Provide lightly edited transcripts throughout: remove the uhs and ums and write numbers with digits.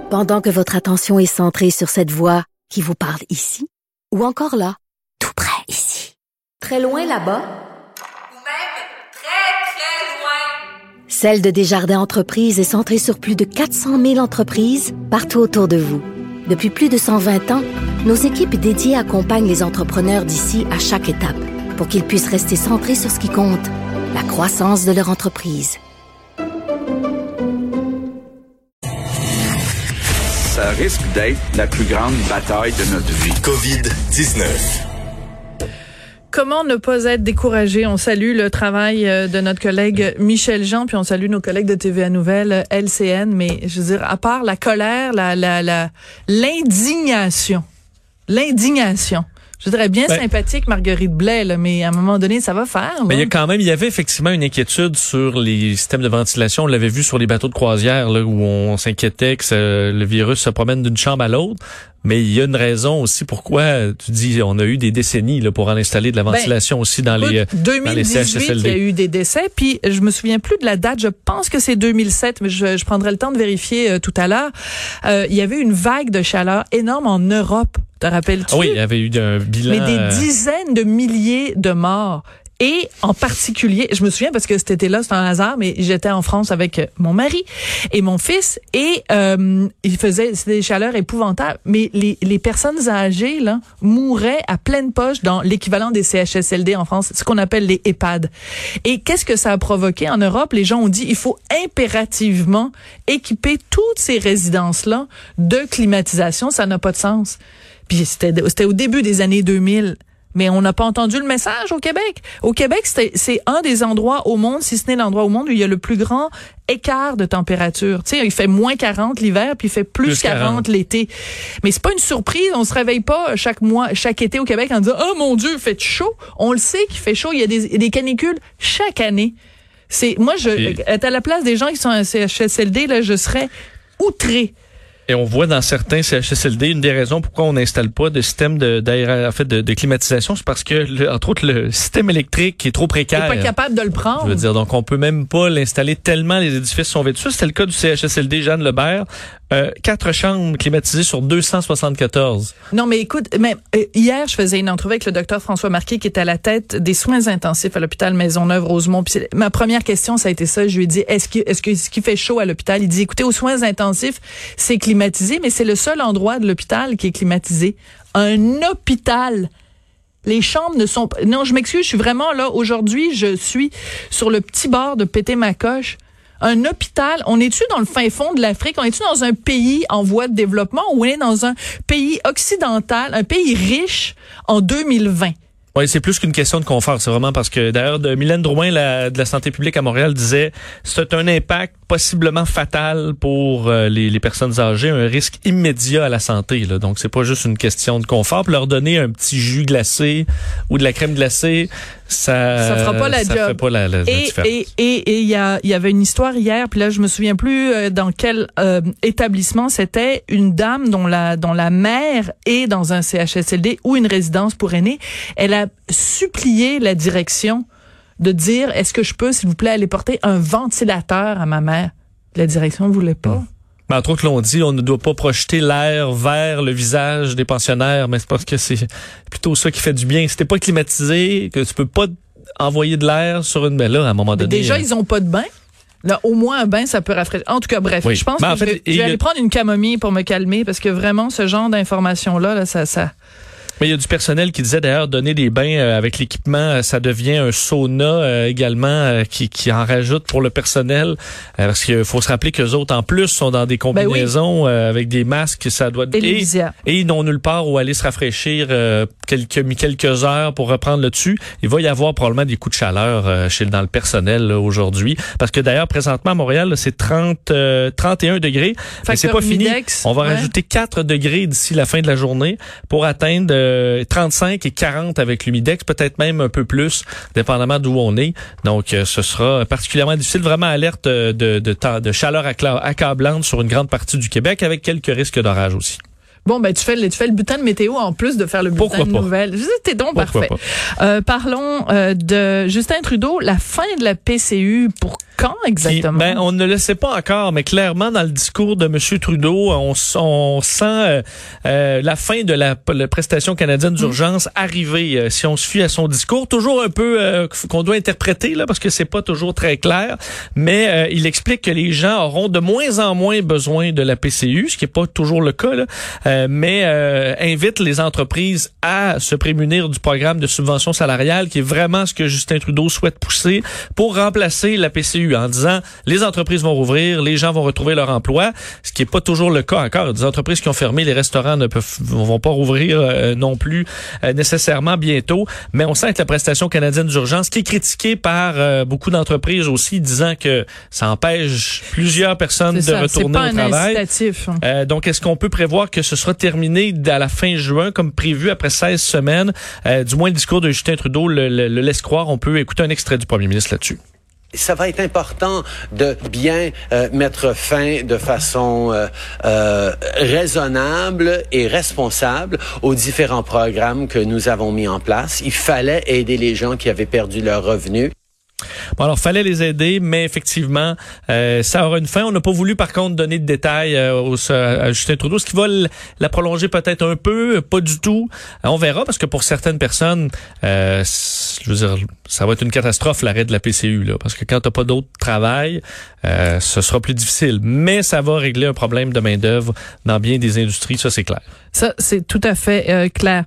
Pendant que votre attention est centrée sur cette voix qui vous parle ici, ou encore là, tout près ici, très loin là-bas, ou même très, très loin. Celle de Desjardins Entreprises est centrée sur plus de 400 000 entreprises partout autour de vous. Depuis plus de 120 ans, nos équipes dédiées accompagnent les entrepreneurs d'ici à chaque étape pour qu'ils puissent rester centrés sur ce qui compte, la croissance de leur entreprise. Ça risque d'être la plus grande bataille de notre vie. COVID-19. Comment ne pas être découragé? On salue le travail de notre collègue Michel Jean, puis on salue nos collègues de TVA Nouvelles, LCN, mais je veux dire, à part la colère, l'indignation. Je dirais bien sympathique, Marguerite Blais, là, mais à un moment donné, ça va faire. Mais il y avait effectivement une inquiétude sur les systèmes de ventilation. On l'avait vu sur les bateaux de croisière, là, où on s'inquiétait que le virus se promène d'une chambre à l'autre. Mais il y a une raison aussi pourquoi tu dis on a eu des décennies là pour en installer de la ventilation aussi dans les CHSLD. Il y a eu des décès, puis je me souviens plus de la date, je pense que c'est 2007, mais je prendrai le temps de vérifier tout à l'heure. Il y avait une vague de chaleur énorme en Europe, te rappelles-tu? Oui, il y avait eu un bilan. Mais des dizaines de milliers de morts. Et en particulier, je me souviens parce que cet été-là, c'est un hasard, mais j'étais en France avec mon mari et mon fils et c'était des chaleurs épouvantables. Mais les personnes âgées là mouraient à pleine poche dans l'équivalent des CHSLD en France, ce qu'on appelle les EHPAD. Et qu'est-ce que ça a provoqué en Europe? Les gens ont dit il faut impérativement équiper toutes ces résidences-là de climatisation. Ça n'a pas de sens. Puis c'était au début des années 2000. Mais on n'a pas entendu le message au Québec. Au Québec, c'est un des endroits au monde, si ce n'est l'endroit au monde où il y a le plus grand écart de température. Tu sais, il fait moins 40 l'hiver, puis il fait plus 40 l'été. Mais c'est pas une surprise. On se réveille pas chaque été au Québec en disant « Oh mon Dieu, il fait chaud! » On le sait qu'il fait chaud. Il y a des canicules chaque année. Être à la place des gens qui sont à CHSLD, là, je serais outrée. Et on voit dans certains CHSLD, une des raisons pourquoi on n'installe pas de système de climatisation, c'est parce que, entre autres, le système électrique est trop précaire. On n'est pas capable de le prendre. Je veux dire, donc on peut même pas l'installer tellement les édifices sont vétustes. C'était le cas du CHSLD Jeanne Lebert. 4 chambres climatisées sur 274. Non, mais écoute, hier, je faisais une entrevue avec le docteur François Marquet, qui est à la tête des soins intensifs à l'hôpital Maisonneuve-Rosemont. Puis ma première question, ça a été ça. Je lui ai dit, est-ce qu'il fait chaud à l'hôpital? Il dit, écoutez, aux soins intensifs, c'est climatisé, mais c'est le seul endroit de l'hôpital qui est climatisé. Un hôpital. Les chambres ne sont pas... Non, je m'excuse, je suis vraiment là. Aujourd'hui, je suis sur le petit bord de péter ma coche. Un hôpital, on est-tu dans le fin fond de l'Afrique? On est-tu dans un pays en voie de développement ou on est dans un pays occidental, un pays riche en 2020? Oui, c'est plus qu'une question de confort. C'est vraiment parce que, d'ailleurs, Mylène Drouin de la santé publique à Montréal disait c'est un impact possiblement fatal pour les personnes âgées, un risque immédiat à la santé. Là. Donc, c'est pas juste une question de confort. Pour leur donner un petit jus glacé ou de la crème glacée, ça fera pas la job. Fait pas la différence. Et il y avait une histoire hier, puis là, je me souviens plus dans quel établissement c'était, une dame dont la mère est dans un CHSLD ou une résidence pour aînés. Elle a supplié la direction de dire, est-ce que je peux, s'il vous plaît, aller porter un ventilateur à ma mère? La direction voulait pas. Mais entre autres, l'on dit, on ne doit pas projeter l'air vers le visage des pensionnaires, mais c'est parce que c'est plutôt ça qui fait du bien. Si t'es pas climatisé, que tu peux pas envoyer de l'air sur une... Ben là, à un moment donné... Déjà, ils ont pas de bain. Là, au moins un bain, ça peut rafraîchir. En tout cas, bref, oui. Je pense que je vais aller prendre une camomille pour me calmer, parce que vraiment, ce genre d'informations-là, ça... Mais il y a du personnel qui disait d'ailleurs donner des bains avec l'équipement, ça devient un sauna également qui en rajoute pour le personnel parce qu'il faut se rappeler qu'eux autres en plus sont dans des combinaisons avec des masques, ça doit et ils n'ont nulle part où aller se rafraîchir quelques heures pour reprendre le dessus. Il va y avoir probablement des coups de chaleur dans le personnel là, aujourd'hui parce que d'ailleurs présentement à Montréal là, c'est 31 degrés, mais c'est pas fini. On va rajouter 4 degrés d'ici la fin de la journée pour atteindre 35 et 40 avec l'humidex, peut-être même un peu plus, dépendamment d'où on est. Donc, ce sera particulièrement difficile. Vraiment alerte de chaleur accablante sur une grande partie du Québec, avec quelques risques d'orage aussi. Bon, ben tu fais le bulletin de météo en plus de faire le bulletin de nouvelles. C'était donc parfait. Parlons de Justin Trudeau, la fin de la PCU pour quand exactement? On ne le sait pas encore, mais clairement dans le discours de M. Trudeau, on sent la fin de la prestation canadienne d'urgence arriver. Si on se fie à son discours, toujours un peu qu'on doit interpréter là, parce que c'est pas toujours très clair, mais il explique que les gens auront de moins en moins besoin de la PCU, ce qui est pas toujours le cas là, mais invite les entreprises à se prémunir du programme de subvention salariale, qui est vraiment ce que Justin Trudeau souhaite pousser pour remplacer la PCU, en disant les entreprises vont rouvrir, les gens vont retrouver leur emploi, ce qui est pas toujours le cas encore. Des entreprises qui ont fermé, les restaurants vont pas rouvrir non plus nécessairement bientôt, mais on sent que la prestation canadienne d'urgence, qui est critiquée par beaucoup d'entreprises aussi, disant que ça empêche plusieurs personnes de retourner au travail. Incitatif. Donc, est-ce qu'on peut prévoir que ce sera terminé à la fin juin, comme prévu, après 16 semaines? Du moins, le discours de Justin Trudeau le laisse croire. On peut écouter un extrait du premier ministre là-dessus. Ça va être important de bien mettre fin de façon raisonnable et responsable aux différents programmes que nous avons mis en place. Il fallait aider les gens qui avaient perdu leurs revenus. Bon, alors, fallait les aider, mais effectivement, ça aura une fin. On n'a pas voulu, par contre, donner de détails à Justin Trudeau, ce qui va la prolonger peut-être un peu, pas du tout. On verra, parce que pour certaines personnes, je veux dire, ça va être une catastrophe, l'arrêt de la PCU, là, parce que quand t'as pas d'autre travail, ce sera plus difficile. Mais ça va régler un problème de main-d'œuvre dans bien des industries, ça, c'est clair. Ça, c'est tout à fait clair.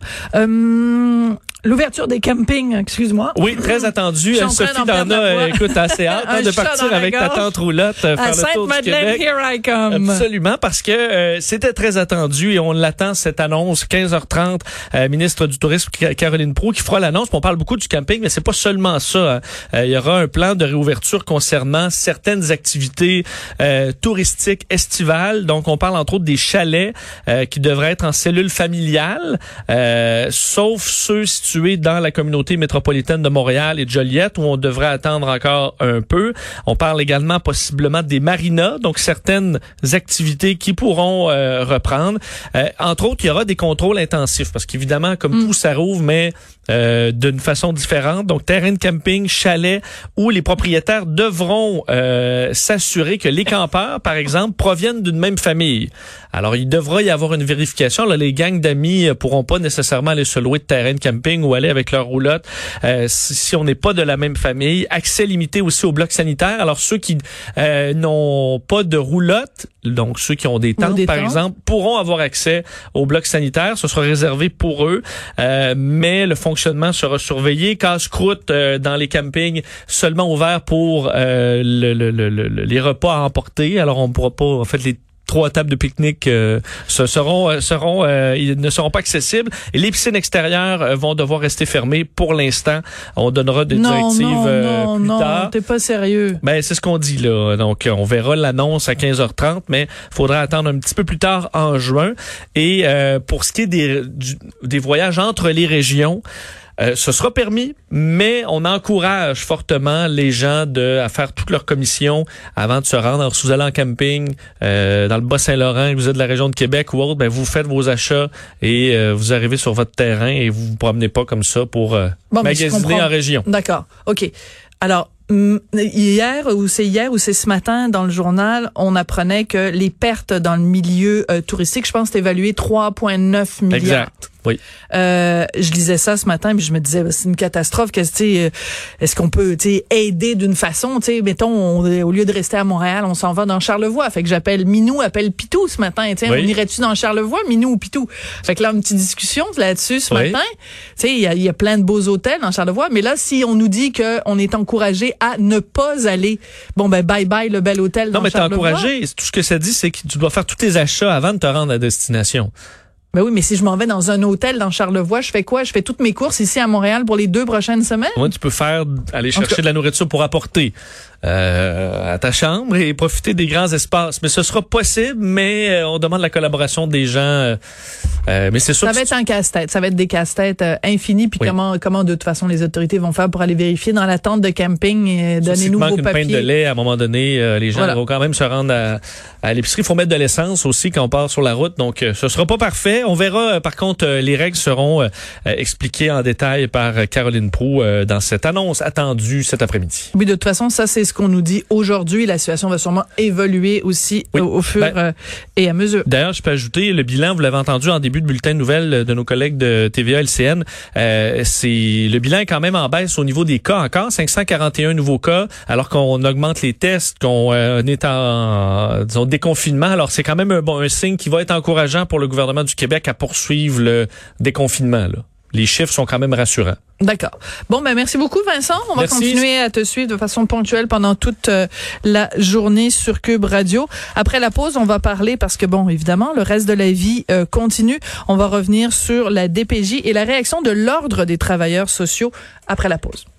L'ouverture des campings, excuse-moi. Oui, très attendu. Sophie d'en a, écoute, assez hâte de partir avec ta tante roulotte, faire le tour du Québec. Here I come. Absolument, parce que c'était très attendu et on l'attend, cette annonce, 15h30, ministre du Tourisme Caroline Proulx qui fera l'annonce. On parle beaucoup du camping, mais c'est pas seulement ça. Il y aura un plan de réouverture concernant certaines activités touristiques estivales. Donc, on parle entre autres des chalets qui devraient être en cellule familiale, sauf ceux situés dans la communauté métropolitaine de Montréal et de Joliette, où on devrait attendre encore un peu. On parle également possiblement des marinas, donc certaines activités qui pourront reprendre. Entre autres, il y aura des contrôles intensifs, parce qu'évidemment, comme tout, ça rouvre, mais d'une façon différente. Donc, terrain de camping, chalet, où les propriétaires devront s'assurer que les campeurs, par exemple, proviennent d'une même famille. Alors, il devra y avoir une vérification. Là, les gangs d'amis pourront pas nécessairement aller se louer de terrain de camping ou aller avec leur roulotte si on n'est pas de la même famille. Accès limité aussi au bloc sanitaire. Alors, ceux qui n'ont pas de roulotte, donc ceux qui ont des tentes, par exemple, pourront avoir accès au bloc sanitaire. Ce sera réservé pour eux, mais le fonctionnement sera surveillé. Casse-croûte dans les campings, seulement ouvert pour les repas à emporter. Alors, on pourra pas, en fait, les 3 tables de pique-nique ils ne seront pas accessibles. Et les piscines extérieures vont devoir rester fermées pour l'instant. On donnera des directives plus tard. Non, t'es pas sérieux. Ben, c'est ce qu'on dit là. Donc, on verra l'annonce à 15h30, mais il faudra attendre un petit peu plus tard en juin. Et pour ce qui est des voyages entre les régions, ce sera permis, mais on encourage fortement les gens à faire toute leur commission avant de se rendre. Alors, si vous allez en camping dans le Bas-Saint-Laurent, que vous êtes de la région de Québec ou autre, ben vous faites vos achats et vous arrivez sur votre terrain et vous vous promenez pas comme ça pour magasiner en région. D'accord. OK. Alors, hier ou c'est ce matin dans le journal, on apprenait que les pertes dans le milieu touristique, je pense, c'est évalué 3,9 milliards. Exact. Oui. Je lisais ça ce matin, puis je me disais, c'est une catastrophe. Est-ce qu'on peut, aider d'une façon, mettons, au lieu de rester à Montréal, on s'en va dans Charlevoix. Fait que j'appelle Minou, appelle Pitou ce matin. On irait-tu dans Charlevoix, Minou ou Pitou? Fait que là, une petite discussion là-dessus ce matin. Il y a plein de beaux hôtels dans Charlevoix, mais là, si on nous dit qu'on est encouragé à ne pas aller, bon ben bye bye le bel hôtel dans Charlevoix. Non, mais t'es encouragé. Tout ce que ça dit, c'est que tu dois faire tous tes achats avant de te rendre à destination. Ben oui, mais si je m'en vais dans un hôtel dans Charlevoix, je fais quoi? Je fais toutes mes courses ici à Montréal pour les 2 prochaines semaines? Oui, tu peux aller chercher de la nourriture pour apporter. à ta chambre et profiter des grands espaces. Mais ce sera possible, mais on demande la collaboration des gens. Mais c'est sûr ça va être un casse-tête. Ça va être des casse-têtes infinis. Puis comment de toute façon les autorités vont faire pour aller vérifier dans la tente de camping et donnez-nous vos papiers. Une pinte de lait, à un moment donné, les gens vont quand même se rendre à l'épicerie. Il faut mettre de l'essence aussi quand on part sur la route. Donc, ce sera pas parfait. On verra. Par contre, les règles seront expliquées en détail par Caroline Proulx dans cette annonce attendue cet après-midi. Oui, de toute façon, ça, c'est ce qu'on nous dit aujourd'hui. La situation va sûrement évoluer aussi au fur et à mesure. D'ailleurs, je peux ajouter le bilan, vous l'avez entendu en début de bulletin de nouvelles de nos collègues de TVA LCN. Le bilan est quand même en baisse au niveau des cas encore. 541 nouveaux cas, alors qu'on augmente les tests, qu'on est en déconfinement. Alors, c'est quand même un signe qui va être encourageant pour le gouvernement du Québec à poursuivre le déconfinement, là. Les chiffres sont quand même rassurants. D'accord. Bon, merci beaucoup, Vincent. On va continuer à te suivre de façon ponctuelle pendant toute la journée sur Cube Radio. Après la pause, on va parler, parce que évidemment, le reste de la vie continue. On va revenir sur la DPJ et la réaction de l'Ordre des travailleurs sociaux après la pause.